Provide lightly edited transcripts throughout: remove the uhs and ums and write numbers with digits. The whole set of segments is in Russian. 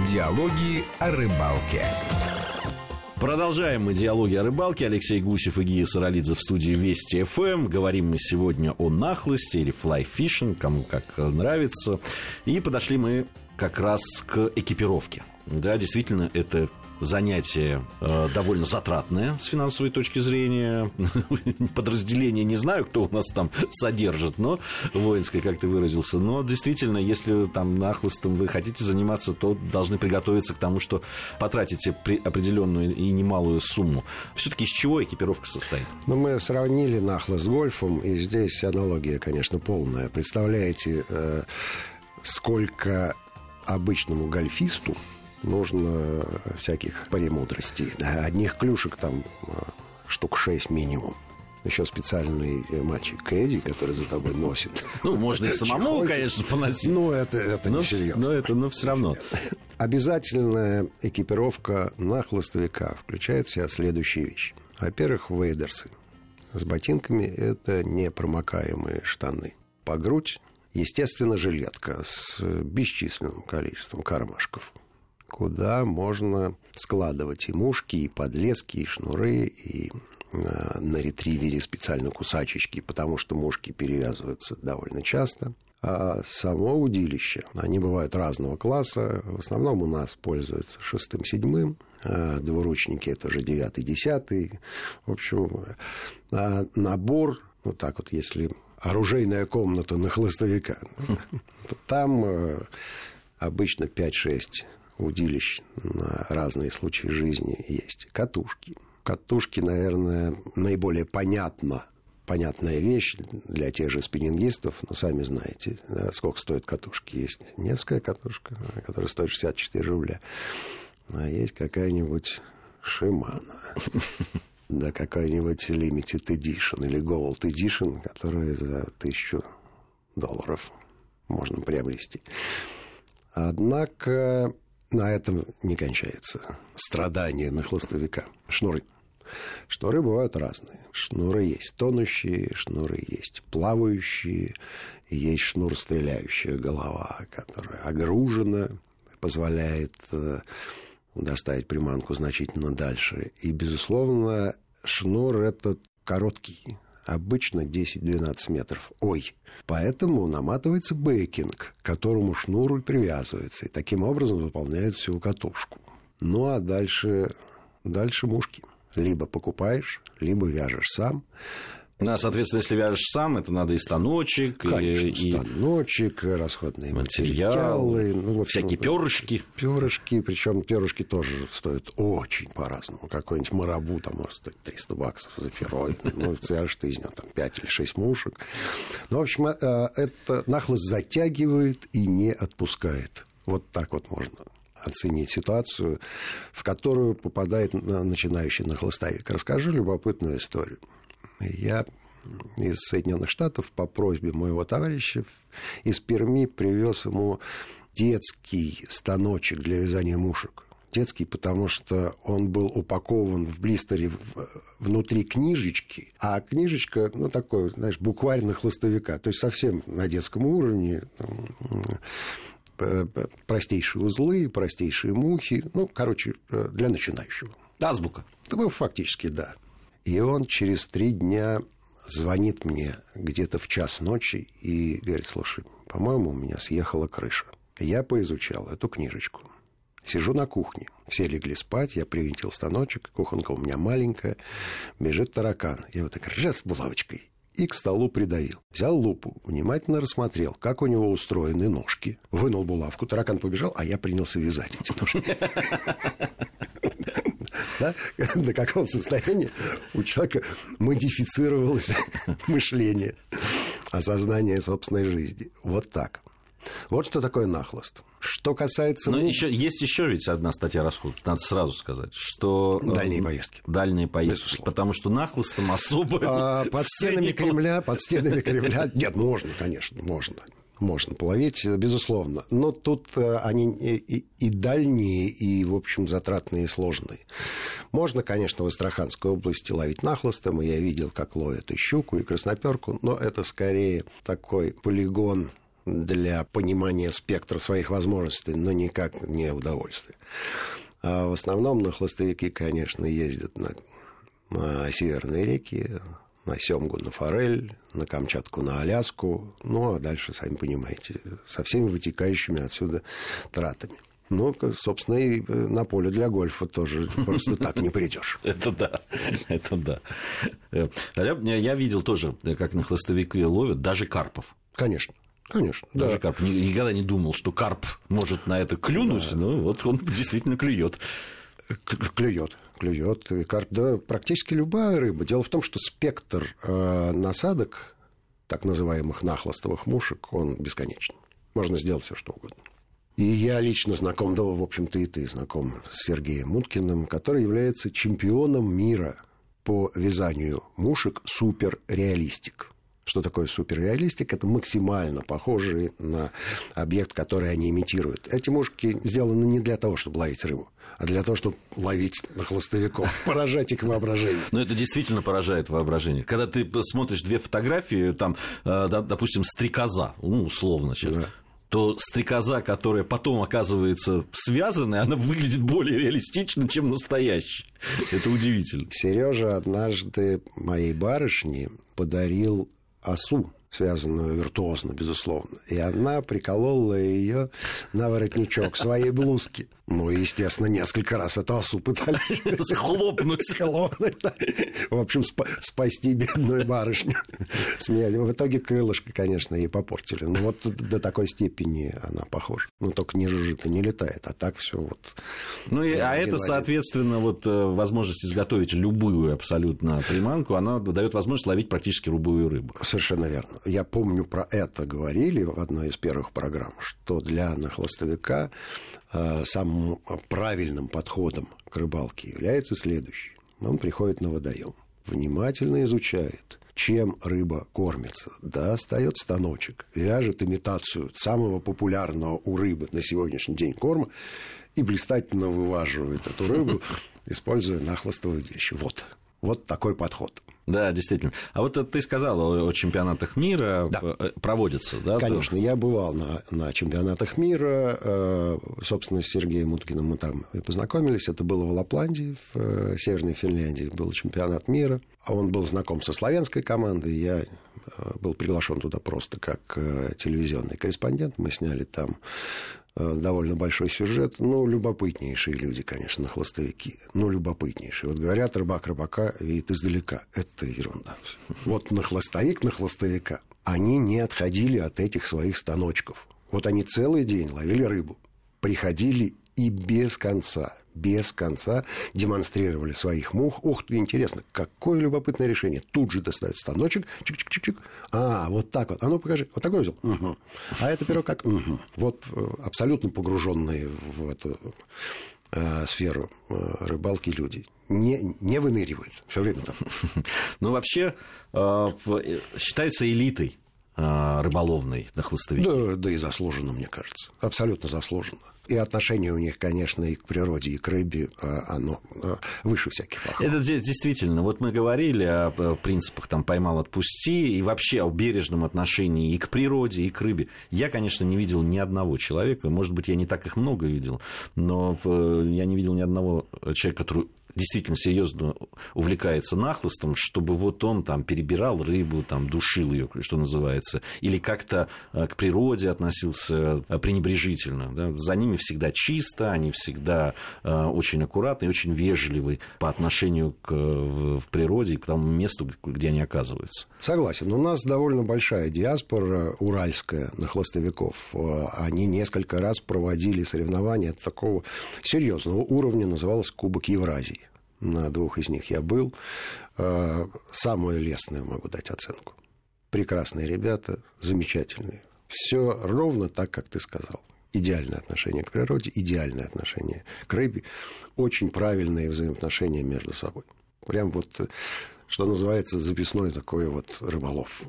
Диалоги о рыбалке. Продолжаем мы диалоги о рыбалке. Алексей Гусев и Гия Саралидзе в студии Вести ФМ. Говорим мы сегодня о нахлысти или флай-фишинг, кому как нравится. И подошли мы как раз к экипировке. Да, действительно, это занятие довольно затратное с финансовой точки зрения. Подразделение не знаю, кто у нас там содержит, но воинское, как ты выразился. Но действительно, если там нахлыстом вы хотите заниматься, то должны приготовиться к тому, что потратите определенную и немалую сумму. Все-таки из чего экипировка состоит? Ну, мы сравнили нахлыст с гольфом, и здесь аналогия, конечно, полная. Представляете, сколько обычному гольфисту нужно всяких премудростей. Одних клюшек там штук 6 минимум. Еще специальный мальчик Кэдди, который за тобой носит. Ну, можно и самому, конечно, поносить. Ну, это не серьезно. Но все равно. Обязательная экипировка нахлыстовика включает в себя следующие вещи. Во-первых, вейдерсы. С ботинками это непромокаемые штаны. По грудь, естественно, жилетка с бесчисленным количеством кармашков, куда можно складывать и мушки, и подлески, и шнуры, и на ретривере специально кусачечки, потому что мушки перевязываются довольно часто. А само удилище, они бывают разного класса. В основном у нас пользуются 6-7, двуручники это уже 9-10. В общем, набор, вот так вот, если оружейная комната нахлыстовика, то там обычно 5-6 удилищ на разные случаи жизни есть. Катушки. Катушки, наверное, наиболее понятная вещь для тех же спиннингистов. Но сами знаете, да, сколько стоят катушки. Есть Невская катушка, которая стоит 64 рубля. А есть какая-нибудь Шимано. Да, какой-нибудь Limited Edition или Gold Edition, которые за $1000 можно приобрести. Однако на этом не кончается страдание нахлыстовика. Шнуры. Шнуры бывают разные. Шнуры есть тонущие, шнуры есть плавающие, есть шнур стреляющая голова, которая огружена, позволяет доставить приманку значительно дальше. И, безусловно, шнур этот короткий. Обычно 10-12 метров. Поэтому наматывается бэкинг, к которому шнур и привязывается. И таким образом выполняют всю катушку. Ну, а дальше мушки. Либо покупаешь, либо вяжешь сам. Ну, соответственно, если вяжешь сам, это надо и станочек, конечно, станочек, расходные материалы, ну, всякие перышки. Перышки, причем перышки тоже стоят очень по-разному. Какой-нибудь марабу там может стоить $300 за перо. Ну, свяжешь ты из него там 5 или 6 мушек. Ну, в общем, это нахлыст затягивает и не отпускает. Вот так вот можно оценить ситуацию, в которую попадает начинающий нахлыстовик. Расскажу любопытную историю. Я из Соединенных Штатов по просьбе моего товарища из Перми привез ему детский станочек для вязания мушек. Детский, потому что он был упакован в блистере внутри книжечки, а книжечка, ну, такой, знаешь, букварь нахлыстовика, то есть совсем на детском уровне, простейшие узлы, простейшие мухи, ну, короче, для начинающего. Азбука. Ну, фактически, да. И он через 3 дня звонит мне где-то в 1:00 ночи и говорит: слушай, по-моему, у меня съехала крыша. Я поизучал эту книжечку. Сижу на кухне. Все легли спать, я привинтил станочек, кухонка у меня маленькая, бежит таракан. Я вот так раз булавочкой и к столу придавил. Взял лупу, внимательно рассмотрел, как у него устроены ножки. Вынул булавку, таракан побежал, а я принялся вязать эти ножки. Да? До какого состояния у человека модифицировалось мышление, осознание собственной жизни. Вот так. Вот что такое нахлыст. Что касается... Но есть еще ведь одна статья расходов, надо сразу сказать, что... Дальние поездки. Дальние поездки. Безусловно. Потому что нахлыстом особо... Под стенами Кремля... Нет, можно, конечно, можно половить, безусловно. Но тут они и дальние, и, в общем, затратные и сложные. Можно, конечно, в Астраханской области ловить нахлыстом, и я видел, как ловят и щуку, и красноперку, но это скорее такой полигон для понимания спектра своих возможностей, но никак не удовольствие. А в основном на хлыстовики, конечно, ездят на северные реки, на семгу, на форель, на Камчатку, на Аляску. Ну, а дальше, сами понимаете, со всеми вытекающими отсюда тратами. Ну, собственно, и на поле для гольфа тоже просто так не придешь. Это да. Я видел тоже, как на хлыстовике ловят даже карпов. Конечно. Даже да. карп. Никогда не думал, что карп может на это клюнуть, но вот он действительно клюет. Клюет. И карп, да, практически любая рыба. Дело в том, что спектр насадок, так называемых нахлыстовых мушек, он бесконечен. Можно сделать все, что угодно. И я лично знаком, да, в общем-то, и ты знаком с Сергеем Уткиным, который является чемпионом мира по вязанию мушек суперреалистик. Что такое суперреалистик? Это максимально похожие на объект, который они имитируют. Эти мушки сделаны не для того, чтобы ловить рыбу, а для того, чтобы ловить на хлыстовиков, поражать их воображение. Но это действительно поражает воображение. Когда ты смотришь две фотографии, там, допустим, стрекоза, условно сейчас, да, то стрекоза, которая потом оказывается связанной, она выглядит более реалистично, чем настоящая. Это удивительно. Сережа однажды моей барышне подарил осу, связанную виртуозно, безусловно. И она приколола ее на воротничок своей блузки. Ну, и, естественно, несколько раз эту осу пытались схлопнуть. В общем, спасти бедную барышню. В итоге крылышко, конечно, ей попортили. Но вот до такой степени она похожа. Ну, только не жужжит и не летает. А так все вот... Ну, а это, соответственно, вот возможность изготовить любую абсолютно приманку, она дает возможность ловить практически любую рыбу. Совершенно верно. Я помню, про это говорили в одной из первых программ, что для нахлыстовика самым правильным подходом к рыбалке является следующий. Он приходит на водоем, внимательно изучает, чем рыба кормится, достает станочек, вяжет имитацию самого популярного у рыбы на сегодняшний день корма и блистательно вываживает эту рыбу, используя нахлыстовые вещи. Вот такой подход. Да, действительно. А вот ты сказал о чемпионатах мира, да, проводятся, да? Конечно, я бывал на чемпионатах мира. Собственно, с Сергеем Уткиным мы там и познакомились. Это было в Лапландии, в Северной Финляндии был чемпионат мира. Он был знаком со славянской командой. Я был приглашен туда просто как телевизионный корреспондент. Мы сняли там довольно большой сюжет. Ну, любопытнейшие люди, конечно, хлыстовики. Ну, любопытнейшие. Вот говорят, рыбак рыбака видит издалека. Это ерунда. Вот на хлыстовика. Они не отходили от этих своих станочков. Вот они целый день ловили рыбу. Приходили и без конца демонстрировали своих мух. Ух ты, интересно, какое любопытное решение. Тут же достают станочек, чик-чик-чик-чик. Вот так вот. А ну, покажи. Вот такой взял. Угу. А это перо как? Угу. Вот абсолютно погруженные в эту сферу рыбалки люди не выныривают. Все время там. Ну, вообще, считаются элитой рыболовной на хлыстовике. Да и заслуженно, мне кажется. Абсолютно заслуженно. И отношение у них, конечно, и к природе, и к рыбе, оно выше всяких похвал. Это здесь действительно. Вот мы говорили о принципах там «поймал, отпусти», и вообще о бережном отношении и к природе, и к рыбе. Я, конечно, не видел ни одного человека, может быть, я не так их много видел, но я не видел ни одного человека, который действительно серьезно увлекается нахлыстом, чтобы вот он там перебирал рыбу, там, душил ее, что называется, или как-то к природе относился пренебрежительно. Да? За ними всегда чисто, они всегда очень аккуратны и очень вежливы по отношению к природе и к тому месту, где они оказываются. Согласен. У нас довольно большая диаспора уральская нахлыстовиков. Они несколько раз проводили соревнования такого серьезного уровня, называлось Кубок Евразии. На 2 из них я был. Самую лестную могу дать оценку. Прекрасные ребята, замечательные. Все ровно так, как ты сказал. Идеальное отношение к природе, идеальное отношение к рыбе, очень правильные взаимоотношения между собой. Прям вот, что называется, записной такой вот рыболов.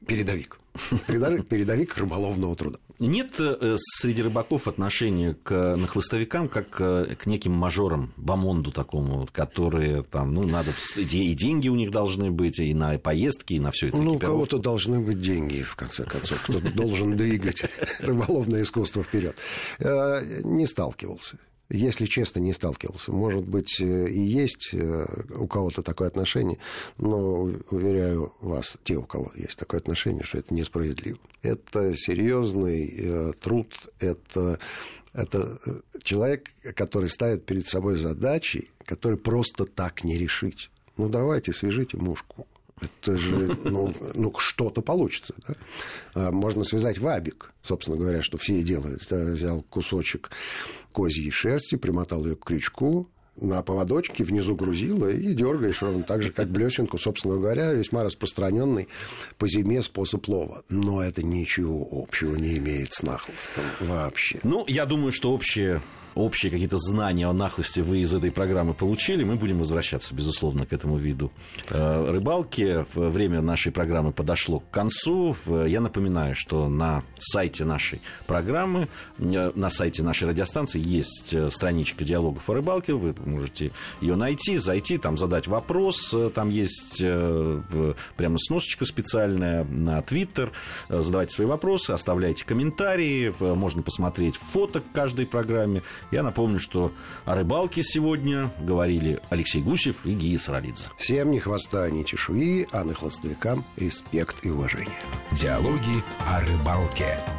Передовик рыболовного труда. Нет среди рыбаков отношения к нахлыстовикам как к неким мажорам, бомонду такому, которые там, надо, и деньги у них должны быть, и на поездки, и на все это. У кого-то должны быть деньги, в конце концов. Кто-то должен двигать рыболовное искусство вперед. Не сталкивался. Если честно, не сталкивался. Может быть, и есть у кого-то такое отношение, но, уверяю вас, те, у кого есть такое отношение, что это несправедливо. Это серьезный труд, это человек, который ставит перед собой задачи, которые просто так не решить. Давайте, свяжите мушку. Это же, что-то получится. Да? Можно связать вабик, собственно говоря, что все и делают. Взял кусочек козьей шерсти, примотал ее к крючку, на поводочке внизу грузила и дергаешь ровно так же, как блесенку, собственно говоря, весьма распространенный по зиме способ лова. Но это ничего общего не имеет с нахлыстом вообще. Я думаю, что общие какие-то знания о нахлысти вы из этой программы получили. Мы будем возвращаться, безусловно, к этому виду рыбалки. Время нашей программы подошло к концу. Я напоминаю, что на сайте нашей программы, на сайте нашей радиостанции есть страничка диалогов о рыбалке. Вы можете ее найти, зайти, там задать вопрос. Там есть прямо сносочка специальная на Твиттер. Задавайте свои вопросы, оставляйте комментарии. Можно посмотреть фото к каждой программе. Я напомню, что о рыбалке сегодня говорили Алексей Гусев и Гия Саралидзе. Всем ни хвоста, ни чешуи, а нахлыстовикам респект и уважение. Диалоги о рыбалке.